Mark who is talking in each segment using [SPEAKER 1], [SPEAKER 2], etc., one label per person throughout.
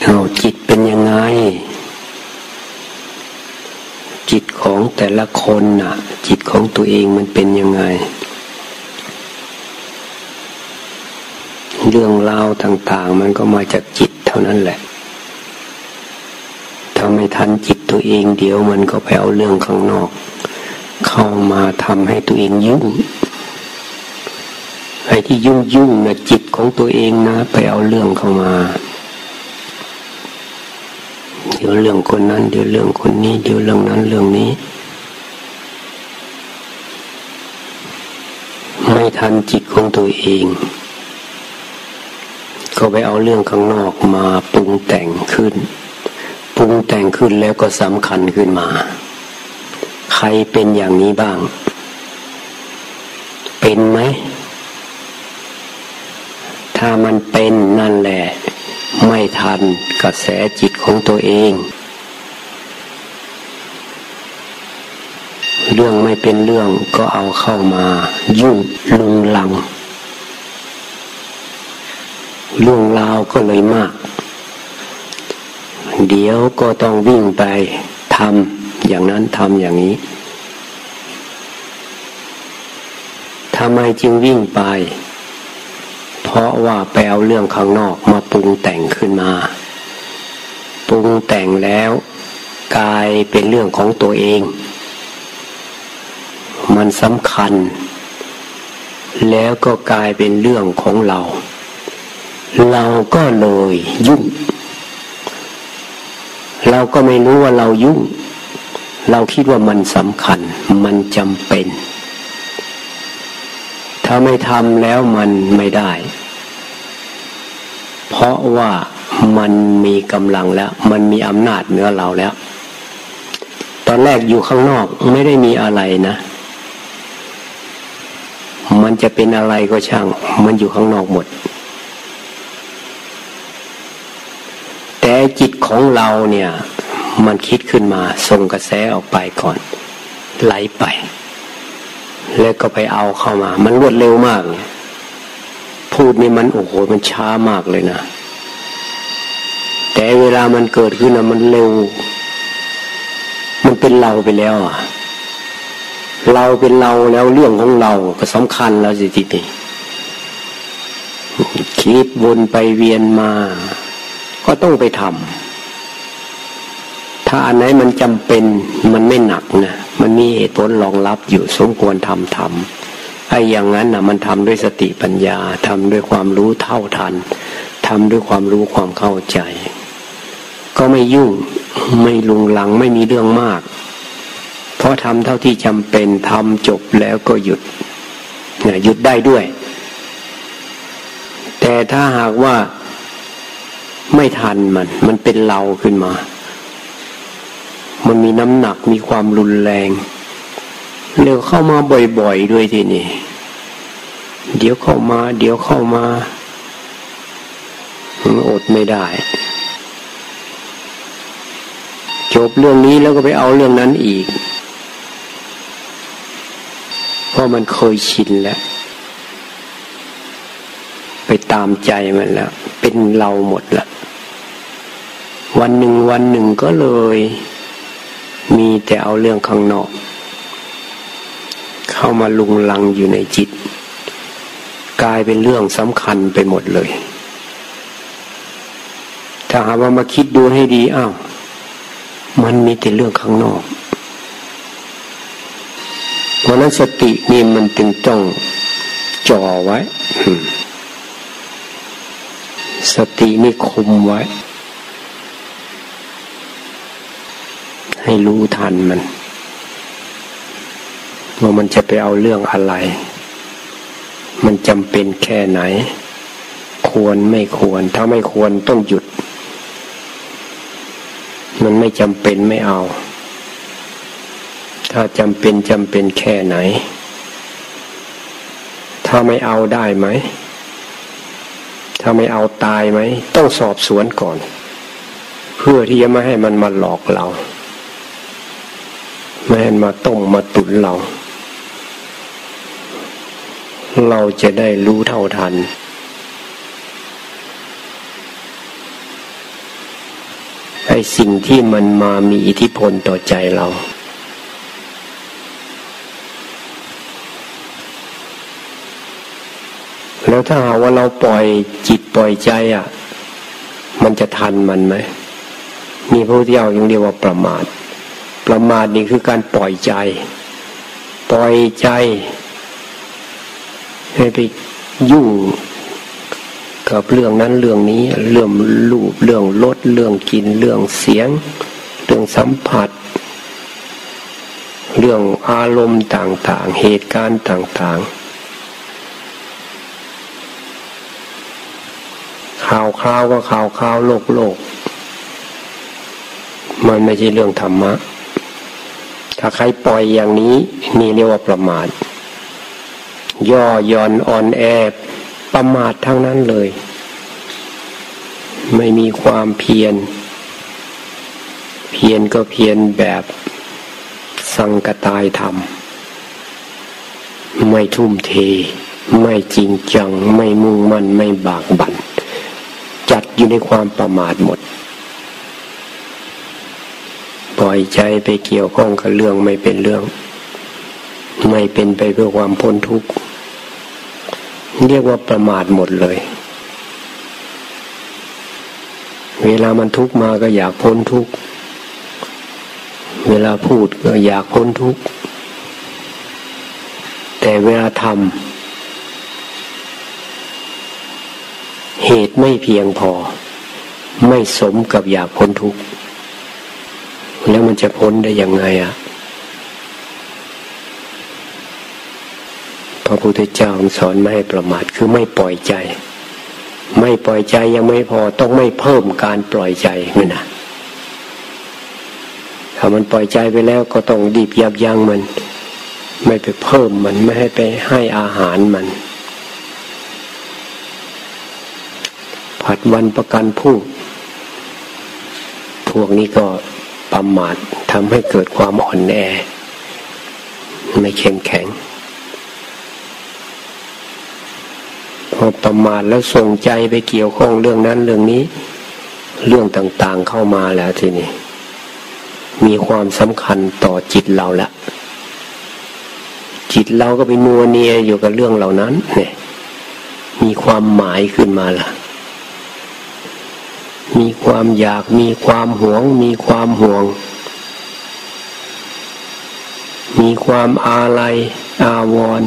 [SPEAKER 1] จิตเป็นยังไงจิตของแต่ละคนน่ะจิตของตัวเองมันเป็นยังไงเรื่องราวต่างๆมันก็มาจากจิตเท่านั้นแหละถ้าไม่ทันจิตตัวเองเดี๋ยวมันก็ไปเอาเรื่องข้างนอกเข้ามาทำให้ตัวเองยุ่งไอ้ที่ยุ่งนะจิตของตัวเองนะไปเอาเรื่องเข้ามาเดี๋ยวเรื่องคนนั้นเดี๋ยวเรื่องคนนี้เดี๋ยวเรื่องนั้นเรื่องนี้ไม่ทันจิตของตัวเองก็ไปเอาเรื่องข้างนอกมาปรุงแต่งขึ้นแล้วก็สำคัญขึ้นมาใครเป็นอย่างนี้บ้างเป็นไหมถ้ามันเป็นนั่นแหละไม่ทันกระแสจิตของตัวเองเรื่องไม่เป็นเรื่องก็เอาเข้ามายุ่งลุงลังเรื่องราวก็เลยมากเดี๋ยวก็ต้องวิ่งไปทำอย่างนั้นทำอย่างนี้ทำไมจึงวิ่งไปเพราะว่าไปเอาเรื่องข้างนอกมาปรุงแต่งขึ้นมาปรุงแต่งแล้วกลายเป็นเรื่องของตัวเองมันสำคัญแล้วก็กลายเป็นเรื่องของเราก็เลยยุ่งเราก็ไม่รู้ว่าเรายุ่งเราคิดว่ามันสำคัญมันจำเป็นถ้าไม่ทำแล้วมันไม่ได้เพราะว่ามันมีกำลังแล้วมันมีอำนาจเหนือเราแล้วตอนแรกอยู่ข้างนอกไม่ได้มีอะไรนะมันจะเป็นอะไรก็ช่างมันอยู่ข้างนอกหมดแต่จิตของเราเนี่ยมันคิดขึ้นมาส่งกระแสออกไปก่อนไหลไปแล้วก็ไปเอาเข้ามามันรวดเร็วมากเนี่ยพูดนี่มันโอ้โหมันช้ามากเลยนะแต่เวลามันเกิดขึ้นนะมันเร็วมันเป็นเราไปแล้วอ่ะเราเป็นเราแล้วเรื่องของเราก็สำคัญแล้วสิทีนี้คิดวนไปเวียนมาก็ต้องไปทำถ้าอันไหนมันจำเป็นมันไม่หนักนะมันมีเหตุผลรองรับอยู่สมควรทำไอ้อย่างนั้นนะมันทำด้วยสติปัญญาทำด้วยความรู้เท่าทันทำด้วยความรู้ความเข้าใจก็ไม่ยุ่งไม่ลุงลังไม่มีเรื่องมากเพราะทำเท่าที่จำเป็นทำจบแล้วก็หยุดหยุดได้ด้วยแต่ถ้าหากว่าไม่ทันมันเป็นเราขึ้นมามันมีน้ำหนักมีความรุนแรงเร็วเข้ามาบ่อยๆด้วยทีนี้เดี๋ยวเข้ามาอดไม่ได้จบเรื่องนี้แล้วก็ไปเอาเรื่องนั้นอีกเพราะมันเคยชินแล้วไปตามใจมันแล้วเป็นเราหมดละวันหนึ่งก็เลยมีแต่เอาเรื่องข้างนอกเข้ามาลุงลังอยู่ในจิตกลายเป็นเรื่องสำคัญไปหมดเลยถ้าหากว่ามาคิดดูให้ดีมันมีแต่เรื่องข้างนอกเพราะนั้นสตินี่มันจึงต้องจ่อไว้สตินี่คุมไว้ให้รู้ทันมันว่ามันจะไปเอาเรื่องอะไรมันจำเป็นแค่ไหนควรไม่ควรถ้าไม่ควรต้องหยุดมันไม่จำเป็นไม่เอาถ้าจำเป็นแค่ไหนถ้าไม่เอาได้ไหมถ้าไม่เอาตายไหมต้องสอบสวนก่อนเพื่อที่จะไม่ให้มันมาหลอกเราไม่ให้มาต้มมาตุ๋นเราจะได้รู้เท่าทันไอ้สิ่งที่มันมามีอิทธิพลต่อใจเราแล้วถ้าหากว่าเราปล่อยจิตปล่อยใจมันจะทันมันไหมมีพระพุทธเจ้ายังเรียกว่าประมาทประมาทนี่คือการปล่อยใจปล่อยใจให้ไปยุ่งกับเรื่องนั้นเรื่องนี้เรื่องรูปเรื่องรสเรื่องกลิ่นเรื่องเสียงเรื่องสัมผัสเรื่องอารมณ์ต่างๆเหตุการณ์ต่างๆข่าวก็ข่าวโลกมันไม่ใช่เรื่องธรรมะถ้าใครปล่อยอย่างนี้นี่เรียกว่าประมาทย่อหย่อนอ่อนแอประมาททั้งนั้นเลยไม่มีความเพียรก็เพียรแบบสังกตายธรรมไม่ทุ่มเทไม่จริงจังไม่มุ่งมั่นไม่บากบั่นจัดอยู่ในความประมาทหมดปล่อยใจไปเกี่ยวข้องกับเรื่องไม่เป็นเรื่องไม่เป็นไปเพื่อความพ้นทุกข์เรียกว่าประมาทหมดเลยเวลามันทุกข์มาก็อยากพ้นทุกข์เวลาพูดก็อยากพ้นทุกข์แต่เวลาทำเหตุไม่เพียงพอไม่สมกับอยากพ้นทุกข์แล้วมันจะพ้นได้ยังไงพระพุทธเจ้าสอนไม่ให้ประมาทคือไม่ปล่อยใจไม่ปล่อยใจยังไม่พอต้องไม่เพิ่มการปล่อยใจมันนะถ้ามันปล่อยใจไปแล้วก็ต้องดีบยับยั้งมันไม่ไปเพิ่มมันไม่ให้ไปให้อาหารมันผัดวันประกันพรุ่งพวกนี้ก็ประมาททำให้เกิดความอ่อนแอไม่เข้มแข็งพอประมาทแล้วส่งใจไปเกี่ยวข้องเรื่องนั้นเรื่องนี้เรื่องต่างๆเข้ามาแล้วทีนี้มีความสำคัญต่อจิตเราละจิตเราก็ไปนัวเนียอยู่กับเรื่องเหล่านั้นเนี่ยมีความหมายขึ้นมาละมีความอยากมีความหวงมีความห่วงมีความอาลัยอาวรณ์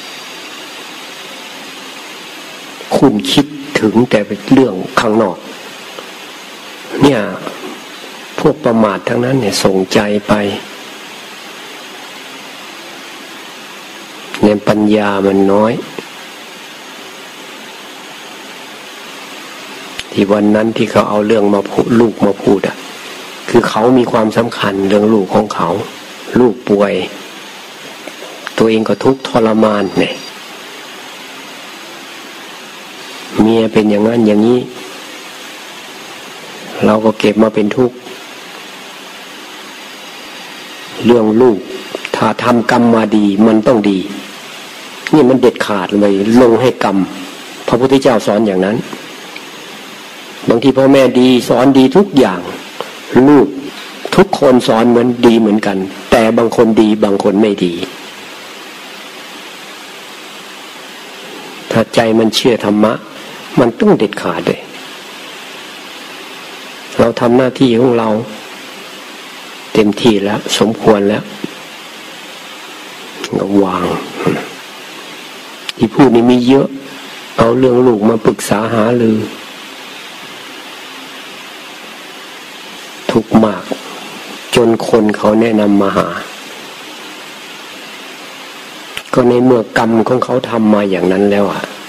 [SPEAKER 1] คุณคิดถึงแต่เป็นเรื่องข้างนอกเนี่ยพวกประมาททั้งนั้นเนี่ยส่งใจไปเนี่ยปัญญามันน้อยที่วันนั้นที่เขาเอาเรื่องมาพูดลูกมาพูดคือเขามีความสำคัญเรื่องลูกของเขาลูกป่วยตัวเองก็ทุกข์ทรมานเนี่ยเมียเป็นอย่างนั้นอย่างนี้เราก็เก็บมาเป็นทุกข์เรื่องลูกถ้าทำกรรมมาดีมันต้องดีนี่มันเด็ดขาดเลยลงให้กรรมพระพุทธเจ้าสอนอย่างนั้นบางทีพ่อแม่ดีสอนดีทุกอย่างลูกทุกคนสอนเหมือนดีเหมือนกันแต่บางคนดีบางคนไม่ดีถ้าใจมันเชื่อธรรมะมันต้องเด็ดขาดเลยเราทำหน้าที่ของเราเต็มที่แล้วสมควรแล้วก็วางที่พูดนี่มีเยอะเอาเรื่องลูกมาปรึกษาหารือทุกข์มากจนคนเขาแนะนำมาหาก็ในเมื่อกรรมของเขาทำมาอย่างนั้นแล้ว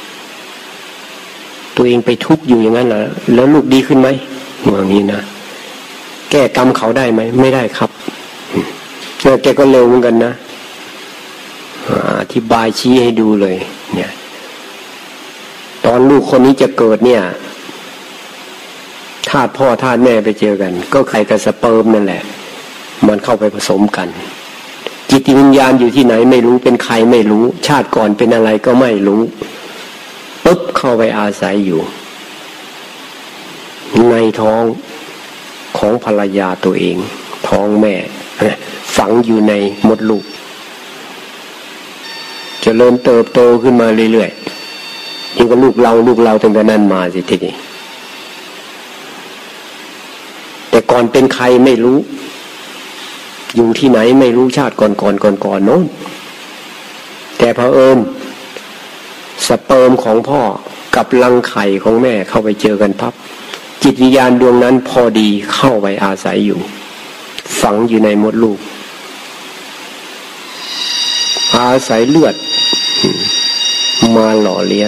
[SPEAKER 1] ตัวเองไปทุกข์อยู่อย่างนั้นแล้วลูกดีขึ้นไหมอย่างนี้นะแก้กรรมเขาได้ไหมไม่ได้ครับแกก็เร็วเหมือนกันนะอธิบายชี้ให้ดูเลยเนี่ยตอนลูกคนนี้จะเกิดเนี่ยธาตุพ่อธาตุแม่ไปเจอกันก็ไข่กับสเปิร์มนั่นแหละมันเข้าไปผสมกันจิตวิญญาณอยู่ที่ไหนไม่รู้เป็นใครไม่รู้ชาติก่อนเป็นอะไรก็ไม่รู้ปุ๊บเข้าไปอาศัยอยู่ในท้องขของภรรยาตัวเองท้องแม่ฝังอยู่ในมดลูกเจริญเติบโตขึ้นมาเรื่อยๆยิ่งกับลูกเราตั้งแต่นั้นมาสิทีนี้แต่ก่อนเป็นใครไม่รู้อยู่ที่ไหนไม่รู้ชาติก่อนโน้นแต่เผอิญสเปิร์มของพ่อกับรังไข่ของแม่เข้าไปเจอกันพับจิตวิญญาณดวงนั้นพอดีเข้าไปอาศัยอยู่ฝังอยู่ในมดลูกอาศัยเลือดมาหล่อเลี้ยง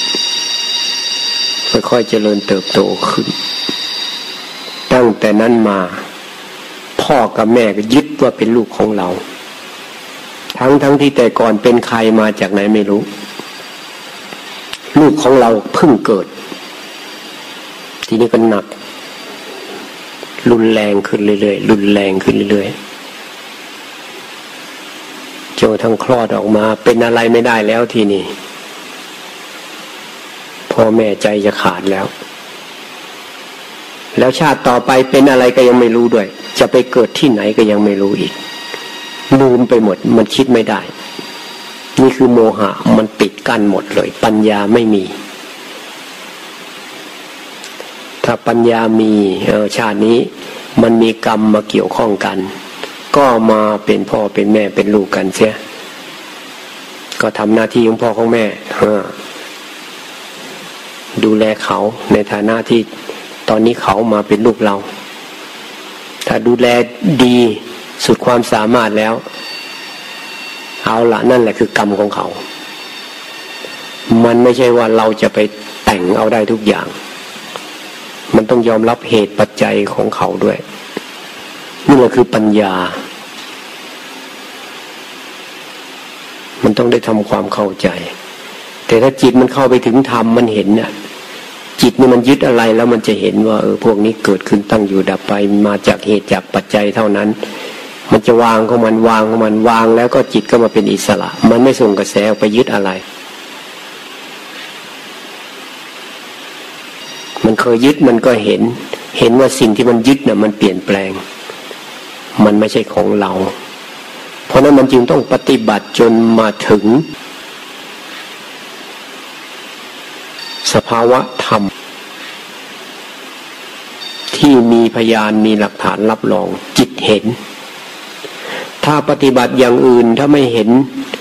[SPEAKER 1] ค่อยๆเจริญเติบโตขึ้นตั้งแต่นั้นมาพ่อกับแม่ก็ยึดว่าเป็นลูกของเราทั้งที่แต่ก่อนเป็นใครมาจากไหนไม่รู้ลูกของเราเพิ่งเกิดทีนี้ก็หนักรุนแรงขึ้นเรื่อยๆจนทั้งคลอดออกมาเป็นอะไรไม่ได้แล้วทีนี้พ่อแม่ใจจะขาดแล้วชาติต่อไปเป็นอะไรก็ยังไม่รู้ด้วยจะไปเกิดที่ไหนก็ยังไม่รู้อีกลืมไปหมดมันคิดไม่ได้นี่คือโมหะมันปิดกั้นหมดเลยปัญญาไม่มีถ้าปัญญามีชาตินี้มันมีกรรมมาเกี่ยวข้องกันก็มาเป็นพ่อเป็นแม่เป็นลูกกันเสียก็ทำหน้าที่ของพ่อของแม่ดูแลเขาในฐานะที่ตอนนี้เขามาเป็นลูกเราถ้าดูแลดีสุดความสามารถแล้วเอาละนั่นแหละคือกรรมของเขามันไม่ใช่ว่าเราจะไปแต่งเอาได้ทุกอย่างมันต้องยอมรับเหตุปัจจัยของเขาด้วยนี่แหละคือปัญญามันต้องได้ทำความเข้าใจแต่ถ้าจิตมันเข้าไปถึงธรรมมันเห็นน่ะจิตนี่มันยึดอะไรแล้วมันจะเห็นว่าพวกนี้เกิดขึ้นตั้งอยู่ดับไปมาจากเหตุจากปัจจัยเท่านั้นมันจะวางของมันวางแล้วก็จิตก็มาเป็นอิสระมันไม่ส่งกระแสไปยึดอะไรมันเคยยึดมันก็เห็นว่าสิ่งที่มันยึดน่ะมันเปลี่ยนแปลงมันไม่ใช่ของเราเพราะนั้นมันจึงต้องปฏิบัติจนมาถึงสภาวะธรรมที่มีพยานมีหลักฐานรับรองจิตเห็นถ้าปฏิบัติอย่างอื่นถ้าไม่เห็น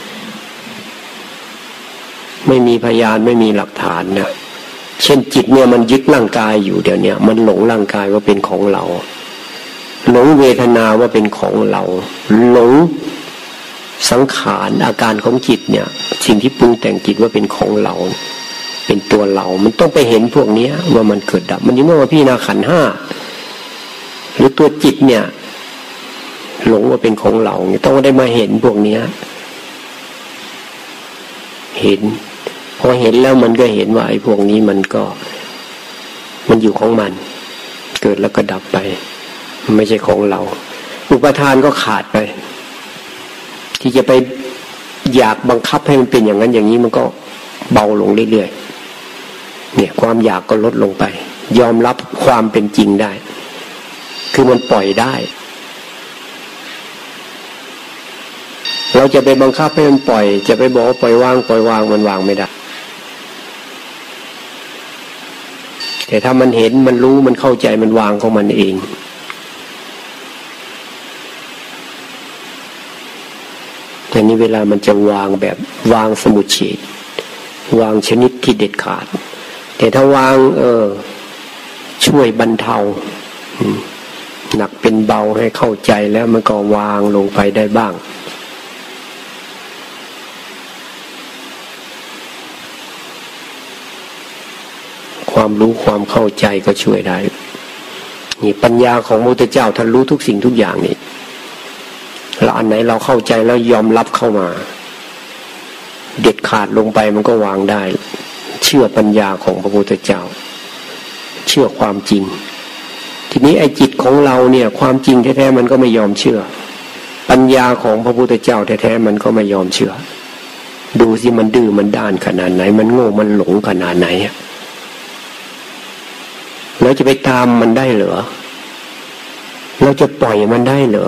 [SPEAKER 1] ไม่มีพยานไม่มีหลักฐานนะเช่นจิตเนี่ยมันยึดร่างกายอยู่เดี๋ยวนี้มันหลงร่างกายว่าเป็นของเราหลงเวทนาว่าเป็นของเราหลงสังขารอาการของจิตเนี่ยสิ่งที่ปรุงแต่งจิตว่าเป็นของเราเป็นตัวเรามันต้องไปเห็นพวกนี้ว่ามันเกิดดับมันยังไม่ว่าพี่นาขันธ์ห้าหรือตัวจิตเนี่ยหลงว่าเป็นของเราต้องได้มาเห็นพวกนี้เห็นพอเห็นแล้วมันก็เห็นว่าไอ้พวกนี้มันอยู่ของมันเกิดแล้วก็ดับไปไม่ใช่ของเราอุปทานก็ขาดไปที่จะไปอยากบังคับให้มันเป็นอย่างนั้นอย่างนี้มันก็เบาลงเรื่อยๆเนี่ยความอยากก็ลดลงไปยอมรับความเป็นจริงได้คือมันปล่อยได้เราจะไปบังคับให้มันปล่อยจะไปบอกปล่อยวางมันวางไม่ได้แต่ถ้ามันเห็นมันรู้มันเข้าใจมันวางของมันเองแต่นี้เวลามันจะวางแบบวางสมุจเฉทวางชนิดที่เด็ดขาดแต่ถ้าวางช่วยบรรเทาหนักเป็นเบาให้เข้าใจแล้วมันก็วางลงไปได้บ้างความรู้ความเข้าใจก็ช่วยได้นี่ปัญญาของพระพุทธเจ้าท่านรู้ทุกสิ่งทุกอย่างนี่แล้วอันไหนเราเข้าใจแล้วยอมรับเข้ามาเด็ดขาดลงไปมันก็วางได้เชื่อปัญญาของพระพุทธเจ้าเชื่อความจริงทีนี้ไอ้จิตของเราเนี่ยความจริงแท้ๆมันก็ไม่ยอมเชื่อปัญญาของพระพุทธเจ้าแท้ๆมันก็ไม่ยอมเชื่อดูสิมันดื้อมันด้านขนาดไหนมันโง่มันหลงขนาดไหนแล้วจะไปตามมันได้เหรอเราจะปล่อยมันได้เหรอ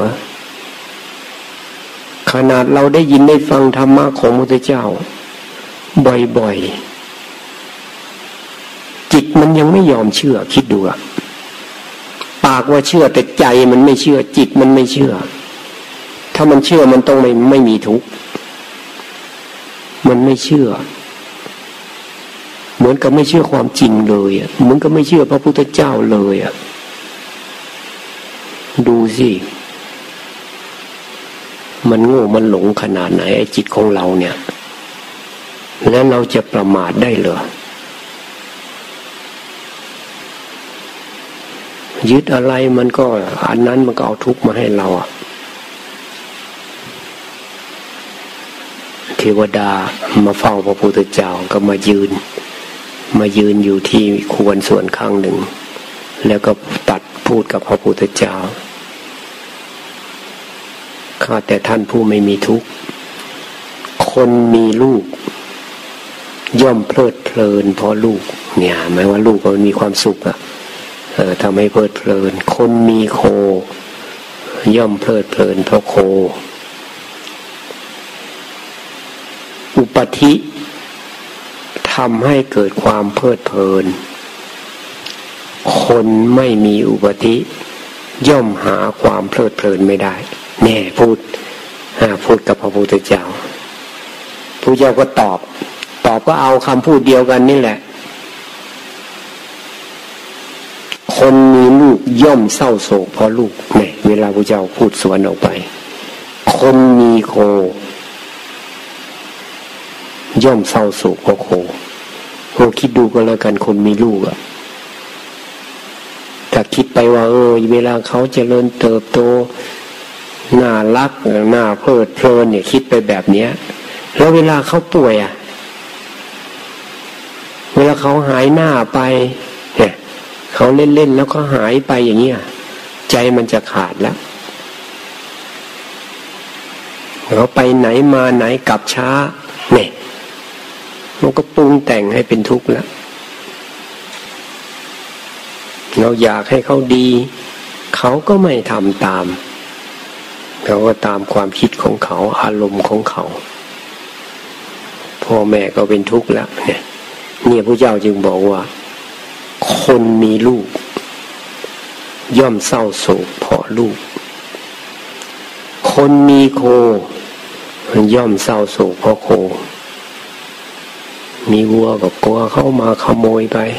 [SPEAKER 1] ขนาดเราได้ยินได้ฟังธรรมะของพระพุทธเจ้าบ่อยๆจิตมันยังไม่ยอมเชื่อคิดดูอะปากว่าเชื่อแต่ใจมันไม่เชื่อจิตมันไม่เชื่อถ้ามันเชื่อมันต้องไม่มีทุกข์มันไม่เชื่อเหมือนกับไม่เชื่อความจริงเลยอ่ะเหมือนกับไม่เชื่อพระพุทธเจ้าเลยอ่ะดูสิมันโง่มันหลงขนาดไหนไอ้จิตของเราเนี่ยแล้วเราจะประมาทได้เหรอยึดอะไรมันก็อันนั้นมันก็เอาทุกข์มาให้เราอ่ะเทวดามาเฝ้าพระพุทธเจ้าก็มายืนอยู่ที่ควรส่วนข้างหนึ่งแล้วก็ตัดพูดกับพระพุทธเจ้าข้าแต่ท่านผู้ไม่มีทุกข์คนมีลูกย่อมเพลิดเพลินเพราะลูกเนี่ยหมายว่าลูกมันมีความสุขอ่ะทำให้เพลิดเพลินคนมีโคย่อมเพลิดเพลินเพราะโคอุปธิทำให้เกิดความเพลิดเพลินคนไม่มีอุปธิย่อมหาความเพลิดเพลินไม่ได้แน่พูดกับพระพุทธเจ้าพระเจ้าก็ตอบก็เอาคำพูดเดียวกันนี่แหละคนมีลูกย่อมเศร้าโศกเพราะลูกเนี่ยเวลาพระเจ้าพูดสวนออกไปคนมีโคย่อมเศร้าโศกเพราะโคคิดดูก็แล้วกันคนมีลูกอะถ้าคิดไปว่าเวลาเขาเจริญเติบโตน่ารักน่าเพลิดเพลินเนี่ยคิดไปแบบเนี้ยแล้วเวลาเขาป่วยอะเวลาเขาหายหน้าไปเนี่ยเขาเล่นแล้วก็หายไปอย่างเงี้ยใจมันจะขาดแล้วเขาไปไหนมาไหนกลับช้าเนี่ยมันก็ปรุงแต่งให้เป็นทุกข์แล้วเราอยากให้เขาดีเขาก็ไม่ทำตามเขาก็ตามความคิดของเขาอารมณ์ของเขาพ่อแม่ก็เป็นทุกข์แล้วเนี่ยพระเจ้าจึงบอกว่าคนมีลูกย่อมเศร้าโศกเพราะลูกคนมีโคย่อมเศร้าโศกเพราะโคมีวัวก็กลัวเข้ามาขโมยไป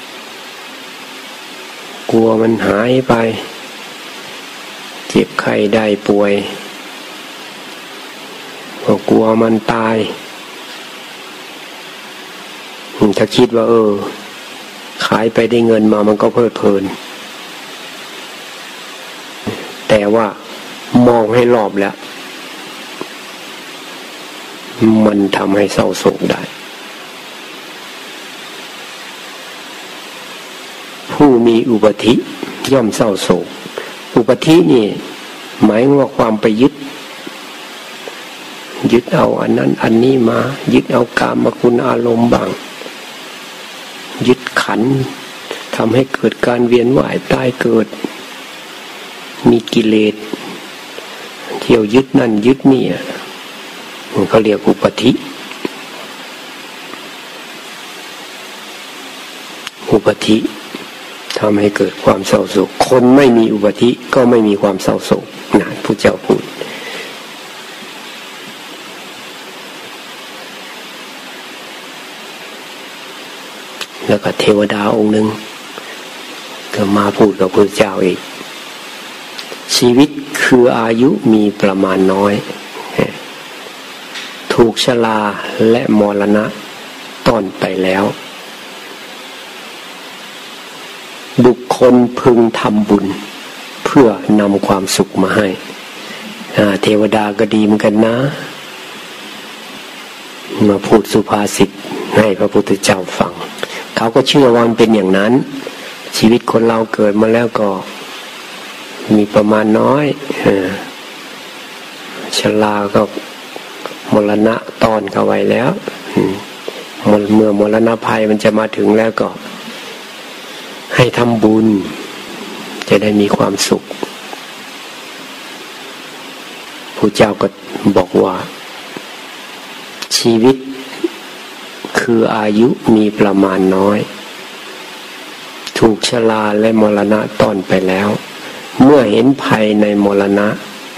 [SPEAKER 1] กลัวมันหายไปเจ็บไข้ได้ป่วยก็กลัวมันตายถ้าคิดว่าขายไปได้เงินมามันก็เพลิดเพลินแต่ว่ามองให้รอบแล้วมันทำให้เศร้าโศกได้ผู้มีอุปธิย่อมเศร้าโศกอุปธินี่หมายว่าความไปยึดเอาอันนั้นอันนี้มายึดเอากามคุณอารมณ์บ้างยึดขันธ์ทำให้เกิดการเวียนว่ายตายเกิดมีกิเลสเที่ยวยึดนั่นยึดนี่มันเขาเรียกอุปธิทำให้เกิดความเศร้าโศกคนไม่มีอุปธิก็ไม่มีความเศร้าโศกนะพระเจ้าพูดแล้วก็เทวดาองค์หนึ่งก็มาพูดกับพระเจ้าอีกชีวิตคืออายุมีประมาณน้อยถูกชราและมรณะต้อนไปแล้วบุคคลพึงทำบุญเพื่อนำความสุขมาให้เทวดาก็ดีเหมือนกันนะมาพูดสุภาษิตให้พระพุทธเจ้าฟังเขาก็เชื่อว่ามันเป็นอย่างนั้นชีวิตคนเราเกิดมาแล้วก็มีประมาณน้อยชราก็มรณะตอนเข้าไว้แล้วเมื่อมรณะภัยมันจะมาถึงแล้วก็ให้ทำบุญจะได้มีความสุขพระเจ้าก็บอกว่าชีวิตคืออายุมีประมาณน้อยถูกชราและมรณะต้อนไปแล้วเมื่อเห็นภัยในมรณะ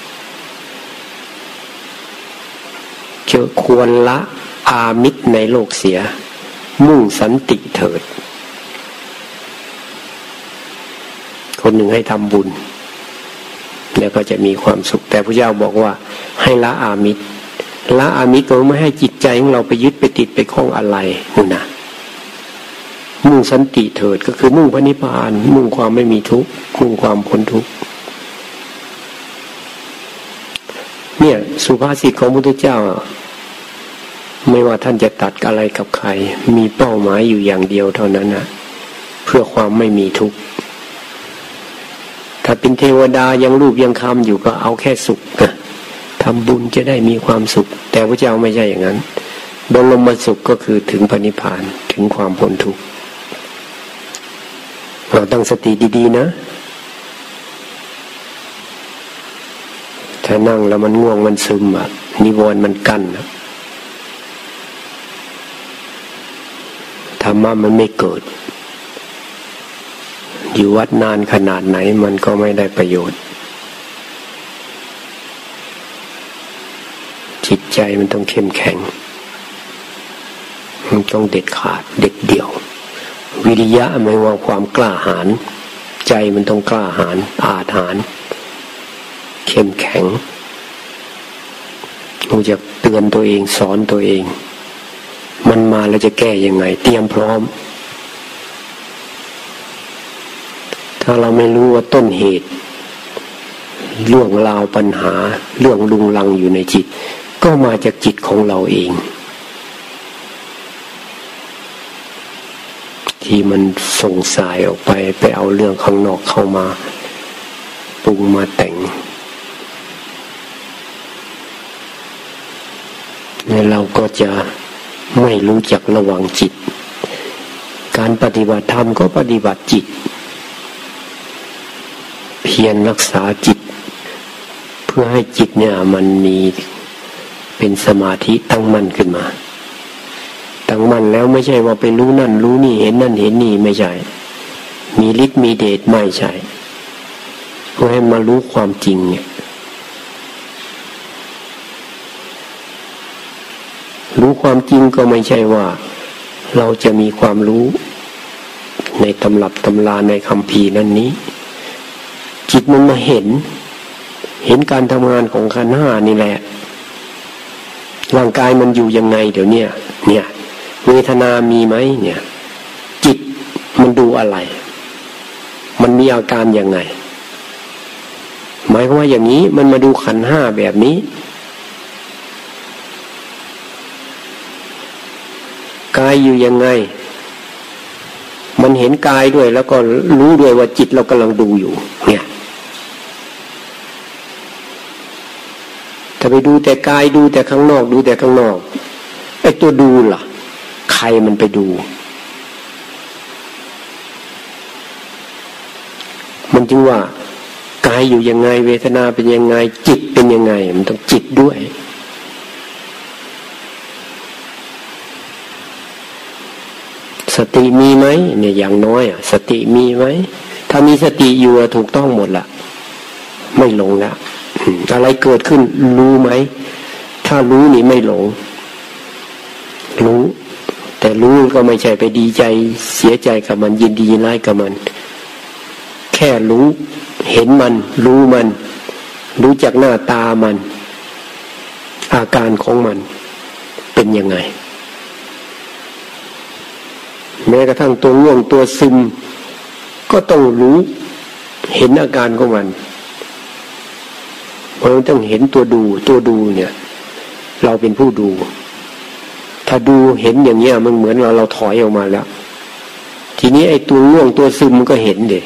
[SPEAKER 1] จะควรละอามิตรในโลกเสียมุ่งสันติเถิดคนหนึ่งให้ทำบุญแล้วก็จะมีความสุขแต่พระเจ้าบอกว่าให้ละอามิตรละอามิตรก็ไม่ให้จิตใจของเราไปยึดไปติดไปคล้องอะไรนู่นนะมุ่งสันติเถิดก็คือมุ่งพระนิพพานมุ่งความไม่มีทุกข์มุ่งความพ้นทุกข์เนี่ยสุภาษิตของพระพุทธเจ้าไม่ว่าท่านจะตัดอะไรกับใครมีเป้าหมายอยู่อย่างเดียวเท่านั้นนะเพื่อความไม่มีทุกข์ถ้าเป็นเทวดายังรูปยังคำอยู่ก็เอาแค่สุขนะทำบุญจะได้มีความสุขแต่พระเจ้าไม่ใช่อย่างนั้นบรมสุขก็คือถึงพระนิพพานถึงความพ้นทุกข์เราตั้งสติดีๆนะถ้านั่งแล้วมันง่วงมันซึมอ่ะนิวรณ์มันกั้นนะธรรมะมันไม่เกิดอยู่วัดนานขนาดไหนมันก็ไม่ได้ประโยชน์จิตใจมันต้องเข้มแข็งมันต้องเด็ดขาดเด็ดเดี่ยววิริยะหมายว่าความกล้าหาญใจมันต้องกล้าหาญอาถรรพ์เข้มแข็งรู้จักเตือนตัวเองสอนตัวเองมันมาแล้วจะแก้ยังไงเตรียมพร้อมถ้าเราไม่รู้ว่าต้นเหตุเรื่องราวปัญหาเรื่องลุงลังอยู่ในจิตก็มาจากจิตของเราเองที่มันส่งสายออกไปเอาเรื่องข้างนอกเข้ามาปรุงมาแต่งแล้วเราก็จะไม่รู้จักระวังจิตการปฏิบัติธรรมก็ปฏิบัติจิตเพียรรักษาจิตเพื่อให้จิตเนี่ยมันมีเป็นสมาธิตั้งมั่นขึ้นมาตั้งมั่นแล้วไม่ใช่ว่าไปรู้นั่นรู้นี่เห็นนั่นเห็นนี่ไม่ใช่มีฤทธิ์มีเดชไม่ใช่เพื่อให้มารู้ความจริงเนี่ยรู้ความจริงก็ไม่ใช่ว่าเราจะมีความรู้ในตำรับตำราในคัมภีร์นั้นนี้จิตมันมาเห็นการทำงานของขันธ์ห้านี่แหละร่างกายมันอยู่ยังไงเดี๋ยวเนี่ยเวทนามีไหมเนี่ยจิตมันดูอะไรมันมีอาการยังไงหมายความว่าอย่างนี้มันมาดูขันธ์ห้าแบบนี้กายอยู่ยังไงมันเห็นกายด้วยแล้วก็รู้ด้วยว่าจิตเรากำลังดูอยู่เนี่ยถ้าไปดูแต่กายดูแต่ข้างนอกดูแต่ข้างนอกไอ้ตัวดูล่ะใครมันไปดูมันจึงว่ากายอยู่ยังไงเวทนาเป็นยังไงจิตเป็นยังไงมันต้องจิตด้วยสติมีไหมเนี่ยอย่างน้อยสติมีไหมถ้ามีสติอยู่ถูกต้องหมดละไม่หลงละอะไรเกิดขึ้นรู้ไหมถ้ารู้นี่ไม่หลงรู้แต่รู้ก็ไม่ใช่ไปดีใจเสียใจกับมันยินดียินร้ายกับมันแค่รู้เห็นมันรู้มันรู้จักหน้าตามันอาการของมันเป็นยังไงแม้กระทั่งตัวง่วงตัวซึมก็ต้องรู้เห็นอาการของมันเพราะมันต้องเห็นตัวดูเนี่ยเราเป็นผู้ดูถ้าดูเห็นอย่างเงี้ยมันเหมือนเราถอยออกมาแล้วทีนี้ไอ้ตัวง่วงตัวซึมมันก็เห็นเด็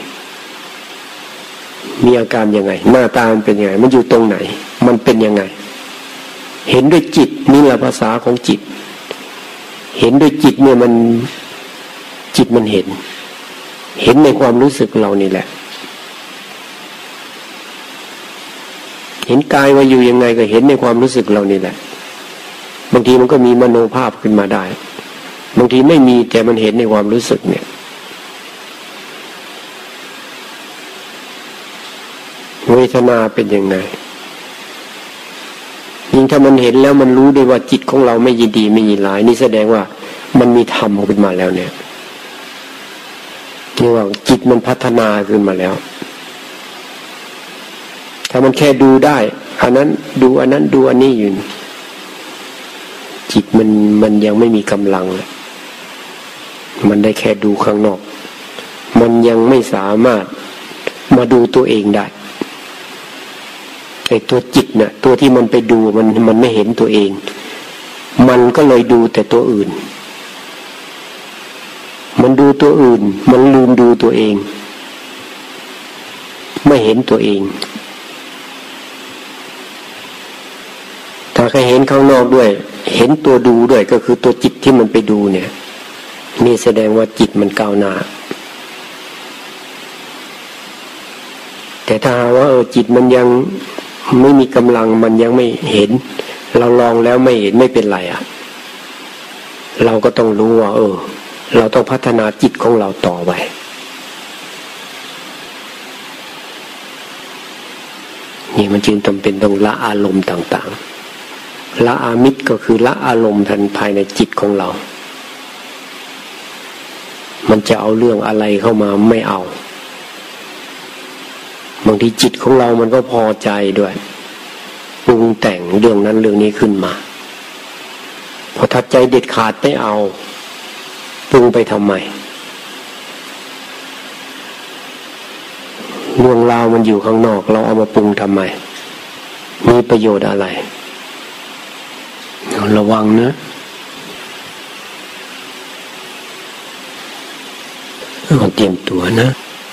[SPEAKER 1] มีอาการยังไงหน้าตามันเป็นยังไงมันอยู่ตรงไหนมันเป็นยังไงเห็นด้วยจิตนี่แหละภาษาของจิตเห็นด้วยจิตเนี่ยมันจิตมันเห็นในความรู้สึกเรานี่แหละห็นกายว่าอยู่ยังไงก็เห็นในความรู้สึกเรานี่แหละบางทีมันก็มีมโนภาพขึ้นมาได้บางทีไม่มีแต่มันเห็นในความรู้สึกเนี่ยเวทนาเป็นยังไงยิ่งถ้ามันเห็นแล้วมันรู้ได้ว่าจิตของเราไม่ยินดีไม่ยินร้ายนี่แสดงว่ามันมีธรรมขึ้นมาแล้วเนี่ยนี่ว่าจิตมันพัฒนาขึ้นมาแล้วถ้ามันแค่ดูได้อันนั้นดูอันนั้นดูอันนี้อยู่จิตมันยังไม่มีกำลังเลยมันได้แค่ดูข้างนอกมันยังไม่สามารถมาดูตัวเองได้ไอ้ตัวจิตน่ะตัวที่มันไปดูมันไม่เห็นตัวเองมันก็เลยดูแต่ตัวอื่นมันดูตัวอื่นมันลืมดูตัวเองไม่เห็นตัวเองถ้าใครเห็นข้างนอกด้วยเห็นตัวดูด้วยก็คือตัวจิตที่มันไปดูเนี่ยนี่แสดงว่าจิตมันก้าวหน้าแต่ถ้าว่าจิตมันยังไม่มีกำลังมันยังไม่เห็นเราลองแล้วไม่เห็นไม่เป็นไรอ่ะเราก็ต้องรู้ว่าเราต้องพัฒนาจิตของเราต่อไปนี่มันจึงจำเป็นต้องละอารมณ์ต่างๆละอามิตรก็คือละอารมณ์ภายในจิตของเรามันจะเอาเรื่องอะไรเข้ามาไม่เอาบางทีจิตของเรามันก็พอใจด้วยปรุงแต่งเรื่องนั้นเรื่องนี้ขึ้นมาพอทัดใจเด็ดขาดไม่เอาปรุงไปทำไมเรื่องราวมันอยู่ข้างนอกเราเอามาปรุงทำไมมีประโยชน์อะไรระวังนะเตรียมตัวนะ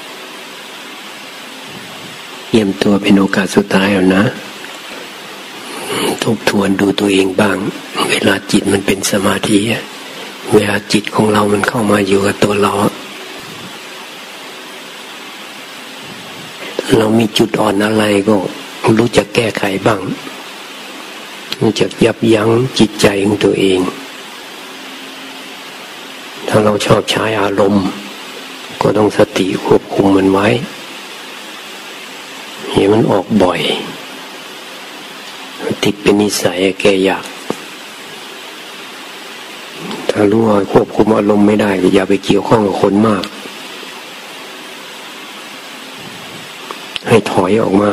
[SPEAKER 1] เตรียมตัวเป็นโอกาสสุดท้ายแล้วนะทบทวนดูตัวเองบ้างเวลาจิตมันเป็นสมาธิเวลาจิตของเรามันเข้ามาอยู่กับตัวเรามีจุดอ่อนอะไรก็รู้จักแก้ไขบ้างรู้จักยับยั้งจิตใจของตัวเองถ้าเราชอบใช้อารมณ์ก็ต้องสติควบคุมมันไว้เห็นมันออกบ่อยติดเป็นนิสัยแกอยากถ้ารู้ว่าควบคุมอารมณ์ไม่ได้อย่าไปเกี่ยวข้องกับคนมากให้ถอยออกมา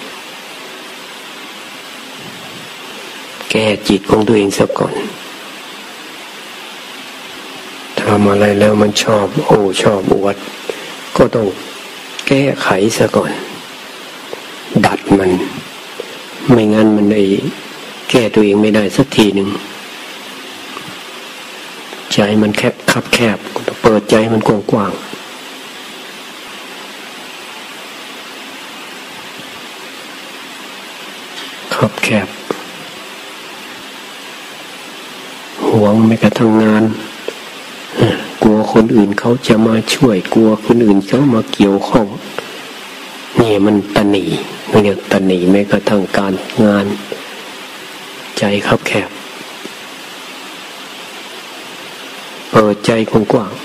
[SPEAKER 1] แก้จิตของตัวเองซะก่อนทำอะไรแล้วมันชอบชอบอวดก็ต้องแก้ไขซะก่อนดัดมันไม่งั้นมันได้แก้ตัวเองไม่ได้สักทีหนึ่งใจมันแคบคับแคบเปิดใจมันกว้างๆคับแคบหวงไม่กระทั่งงานกลัวคนอื่นเขาจะมาช่วยกลัวคนอื่นเขามาเกี่ยวข้องนี่มันตนีไม่เรียกตนีแม้กระทั่งการงานใจคับแคบเปิดใจกว้าง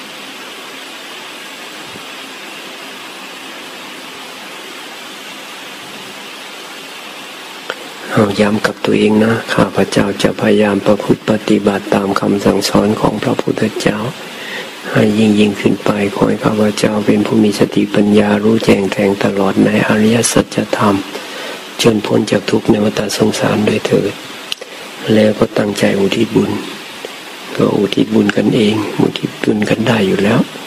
[SPEAKER 1] เอาย้ำกับตัวเองนะข้าพเจ้าจะพยายามประพฤติปฏิบัติตามคำสั่งสอนของพระพุทธเจ้าให้ยิ่งขึ้นไปขอให้ข้าพเจ้าเป็นผู้มีสติปัญญารู้แจ้งแทงตลอดในอริยสัจธรรมจนพ้นจากทุกข์ในวัฏสงสารโดยเถิดแล้วก็ตั้งใจอุทิศบุญก็อุทิศบุญกันเองอุทิศบุญกันได้อยู่แล้ว